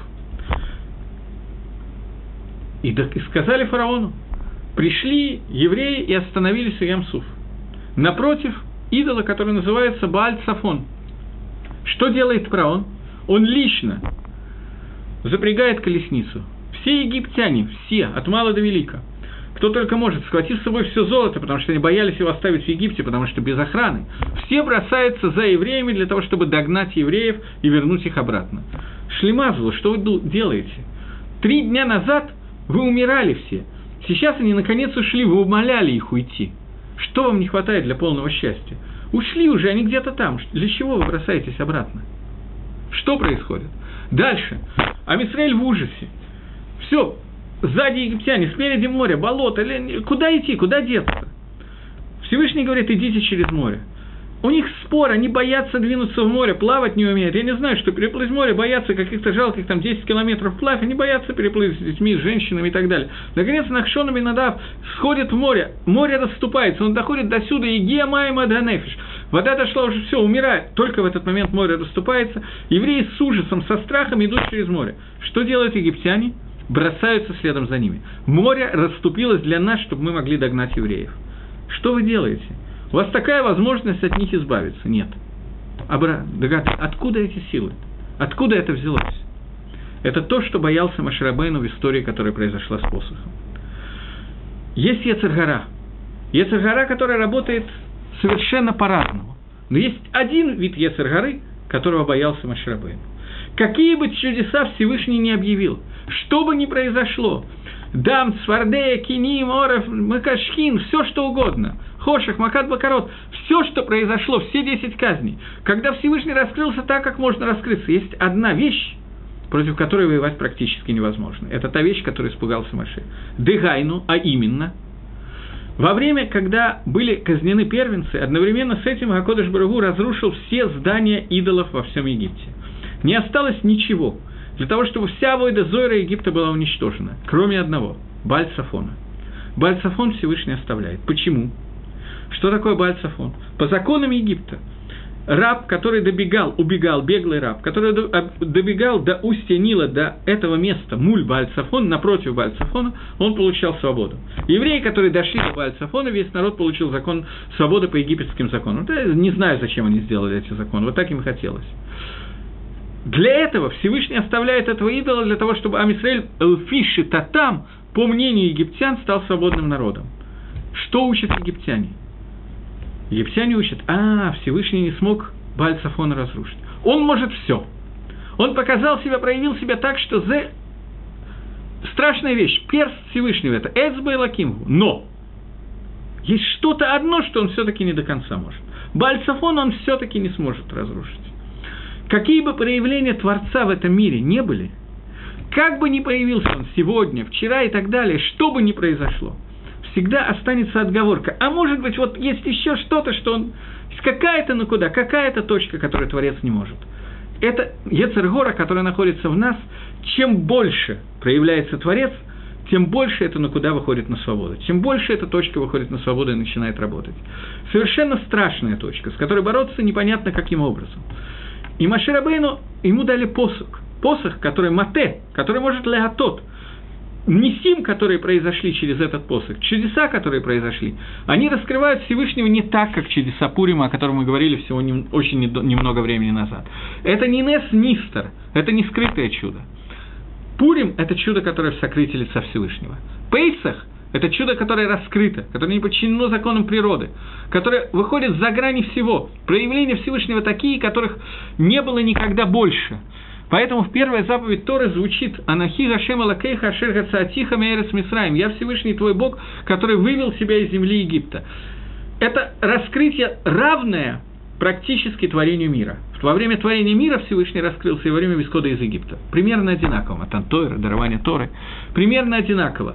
И сказали фараону: пришли евреи и остановились у Ям-Суф. Напротив идола, который называется Бааль-Цафон. Что делает фараон? Он лично запрягает колесницу. Все египтяне, все, от мала до велика, кто только может, схватив с собой все золото, потому что они боялись его оставить в Египте, потому что без охраны, все бросаются за евреями для того, чтобы догнать евреев и вернуть их обратно. Шлемазлу, что вы делаете? 3 дня назад вы умирали все. Сейчас они наконец ушли, вы умоляли их уйти. Что вам не хватает для полного счастья? Ушли уже, они где-то там. Для чего вы бросаетесь обратно? Что происходит? Дальше. Ам Исраэль в ужасе. Все, сзади египтяне, спереди море, болото. Куда идти, куда деться? Всевышний говорит, идите через море. У них спор, они боятся двинуться в море, плавать не умеют. Я не знаю, что переплыть море, боятся каких-то жалких там 10 километров вплавь, они боятся переплыть с детьми, с женщинами и так далее. Наконец, Нахшон Аминадав сходит в море, море расступается, он доходит до сюда, и Геамайма Данефиш. Вода дошла уже, все, умирает. Только в этот момент море расступается. Евреи с ужасом, со страхом идут через море. Что делают египтяне? Бросаются следом за ними. Море расступилось для нас, чтобы мы могли догнать евреев. Что вы делаете? У вас такая возможность от них избавиться? Нет. Откуда эти силы? Откуда это взялось? Это то, что боялся Моше Рабейну в истории, которая произошла с посохом. Есть Йецер гара. Йецер гара, которая работает совершенно по-разному. Но есть один вид Йецер гары, которого боялся Моше Рабейну. Какие бы чудеса Всевышний не объявил, что бы ни произошло, Дам, Цвардея, Киним, Орев, Макашхин, все что угодно, Хошах, Макат Бакарот, все, что произошло, все 10 казней, когда Всевышний раскрылся так, как можно раскрыться, есть одна вещь, против которой воевать практически невозможно. Это та вещь, которой испугался Моше. Дегайну, а именно, во время, когда были казнены первенцы, одновременно с этим Акодеш Барух Ху разрушил все здания идолов во всем Египте. Не осталось ничего для того, чтобы вся авойда Зойра Египта была уничтожена, кроме одного – Бааль-Цафона. Бааль-Цафон Всевышний оставляет. Почему? Что такое Бааль-Цафон? По законам Египта раб, который убегал, беглый раб, который добегал до устья Нила, до этого места, Муль Бааль-Цафон, напротив Бааль-Цафона, он получал свободу. Евреи, которые дошли до Бааль-Цафона, весь народ получил закон свободы по египетским законам. Я не знаю, зачем они сделали эти законы, вот так им хотелось. Для этого Всевышний оставляет этого идола для того, чтобы Ам Исраэль Элфиши Татам, по мнению египтян, стал свободным народом. Что учат египтяне? Египтяне учат, Всевышний не смог Бааль-Цафона разрушить. Он может все. Он показал себя, проявил себя так, что страшная вещь, перст Всевышнего, это Эцба Элоким. Но есть что-то одно, что он все-таки не до конца может. Бааль-Цафона он все-таки не сможет разрушить. Какие бы проявления Творца в этом мире не были, как бы ни появился он сегодня, вчера и так далее, что бы ни произошло, всегда останется отговорка. А может быть, вот есть еще что-то, что он... какая-то точка, которую Творец не может. Это Йецер гара, которая находится в нас. Чем больше проявляется Творец, тем больше это накуда выходит на свободу. Чем больше эта точка выходит на свободу и начинает работать. Совершенно страшная точка, с которой бороться непонятно каким образом. И Моше Рабейну, ему дали посох, который мате, который может леатот, несим, которые произошли через этот посох, чудеса, которые произошли, они раскрывают Всевышнего не так, как чудеса Пурима, о котором мы говорили всего очень немного времени назад. Это не Нес Нистер, это не скрытое чудо. Пурим – это чудо, которое в сокрытии лица Всевышнего. Пейсах – это чудо, которое раскрыто, которое не подчинено законам природы, которое выходит за грани всего. Проявления Всевышнего такие, которых не было никогда больше. Поэтому в первой заповедь Торы звучит «Анахи Гашем Элокейха Ашер Гацаатиха Меэрец Мисраим». «Я Всевышний твой Бог, который вывел себя из земли Египта». Это раскрытие, равное практически творению мира. Во время творения мира Всевышний раскрылся и во время исхода из Египта. Примерно одинаково. Матан Тойра, дарование Торы. Примерно одинаково.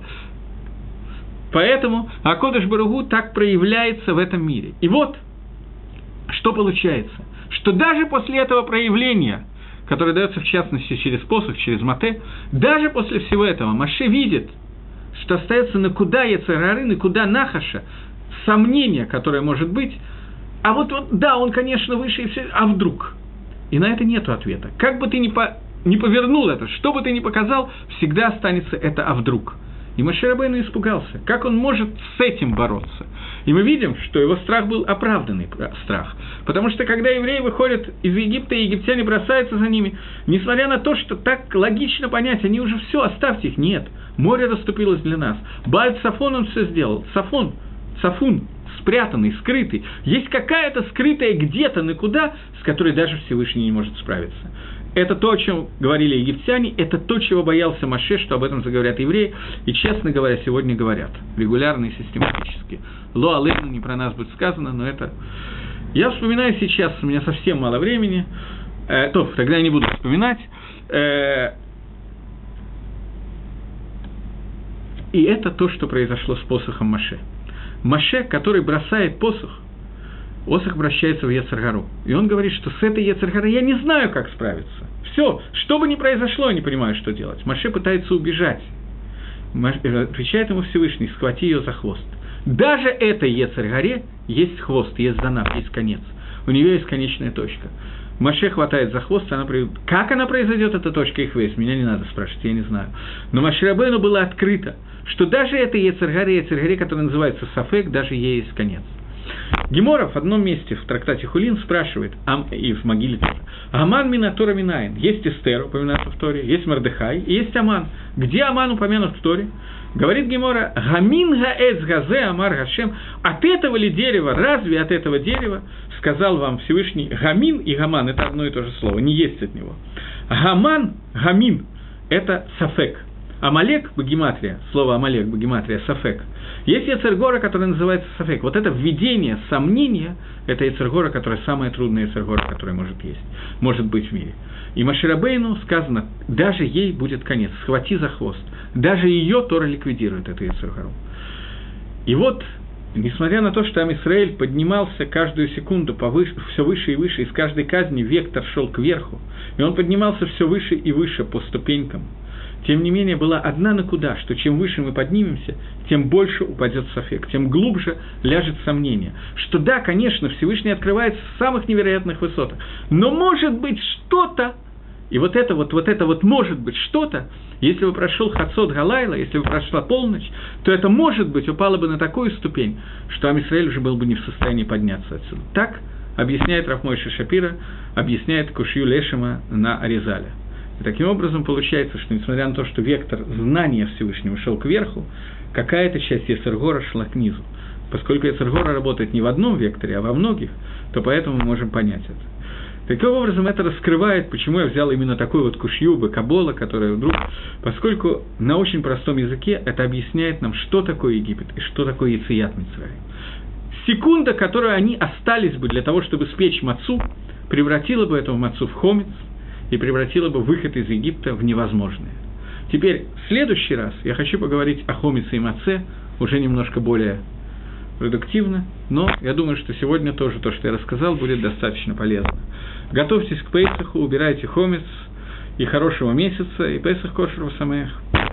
Поэтому Акодеш Барух Ху так проявляется в этом мире. И вот, что получается. Что даже после этого проявления, которое дается в частности через посох, через мате, даже после всего этого Моше видит, что остается накуда Йецер гары, накуда Нахаша, сомнение, которое может быть, да, он, конечно, выше, и все, а вдруг? И на это нету ответа. Как бы ты ни повернул это, что бы ты ни показал, всегда останется это «а вдруг?». И Моше Рабейну испугался. Как он может с этим бороться? И мы видим, что его страх был оправданный страх. Потому что, когда евреи выходят из Египта, и египтяне бросаются за ними, несмотря на то, что так логично понять, они уже все, оставьте их. Нет, море расступилось для нас. Бааль-Цафон он все сделал. Цафун, спрятанный, скрытый. Есть какая-то скрытая где-то накуда, с которой даже Всевышний не может справиться. Это то, о чем говорили египтяне, это то, чего боялся Моше, что об этом заговорят евреи, и, честно говоря, сегодня говорят, регулярно и систематически. Ло алейну, не про нас будет сказано, но это... Я вспоминаю сейчас, у меня совсем мало времени, тогда я не буду вспоминать. И это то, что произошло с посохом Моше. Моше, который бросает посох обращается в Йецер-гару. И он говорит, что с этой Йецер-гарой я не знаю, как справиться. Все, что бы ни произошло, я не понимаю, что делать. Моше пытается убежать. Отвечает ему Всевышний: схвати ее за хвост. Даже этой Йецер-гаре есть хвост, есть занав, есть конец. У нее есть конечная точка. Моше хватает за хвост, как она произойдет, эта точка их весь, меня не надо спрашивать, я не знаю. Но Моше Рабейну было открыто, что даже этой Йецер-гаре, которая называется Сафек, даже ей есть конец. Гемора в одном месте в трактате Хулин спрашивает, и в могиле тоже, Аман мина Тора минаин. Есть Эстер, упоминается в Торе, есть Мордехай, и есть Аман. Где Аман упомянут в Торе? Говорит Гемора, Гамин гаэц газе амар гашем. От этого ли дерева, разве от этого дерева, сказал вам Всевышний, Гамин и Гаман, это одно и то же слово, не есть от него. Гаман, Гамин, это Сафек. Амалек, богематрия, слово Амалек, богематрия, Сафек. Есть Йецер-гора, которая называется Сафек. Вот это введение сомнения, это Йецер-гора, которая самая трудная Йецер-гора, которая может быть в мире. И Моше Рабейну сказано, даже ей будет конец, схвати за хвост. Даже ее Тора ликвидирует, эту Йецер-гору. И вот, несмотря на то, что Ам-Исраэль поднимался каждую секунду все выше и выше, и с каждой казни вектор шел кверху, и он поднимался все выше и выше по ступенькам, тем не менее, была одна накуда, что чем выше мы поднимемся, тем больше упадет Сафек, тем глубже ляжет сомнение. Что да, конечно, Всевышний открывается в самых невероятных высотах, но может быть что-то, и вот это может быть что-то, если бы прошел Хацот Галайла, если бы прошла полночь, то это, может быть, упало бы на такую ступень, что Ам-Исраэль уже был бы не в состоянии подняться отсюда. Так объясняет Рав Мойше Шапира, объясняет Кушью Лешема на Аризале. И таким образом получается, что несмотря на то, что вектор знания Всевышнего шел кверху, какая-то часть Йецер-гора шла к низу. Поскольку Йецер-гора работает не в одном векторе, а во многих, то поэтому мы можем понять это. Таким образом, это раскрывает, почему я взял именно такой вот кушью, Кабола, которая вдруг, поскольку на очень простом языке это объясняет нам, что такое Египет и что такое Йецият Мицраим. Секунда, которую они остались бы для того, чтобы спечь мацу, превратила бы эту мацу в хомец, и превратила бы выход из Египта в невозможное. Теперь, в следующий раз я хочу поговорить о хомице и маце, уже немножко более продуктивно, но я думаю, что сегодня тоже то, что я рассказал, будет достаточно полезно. Готовьтесь к Пейсаху, убирайте хомец, и хорошего месяца, и Пейсах кошер самех.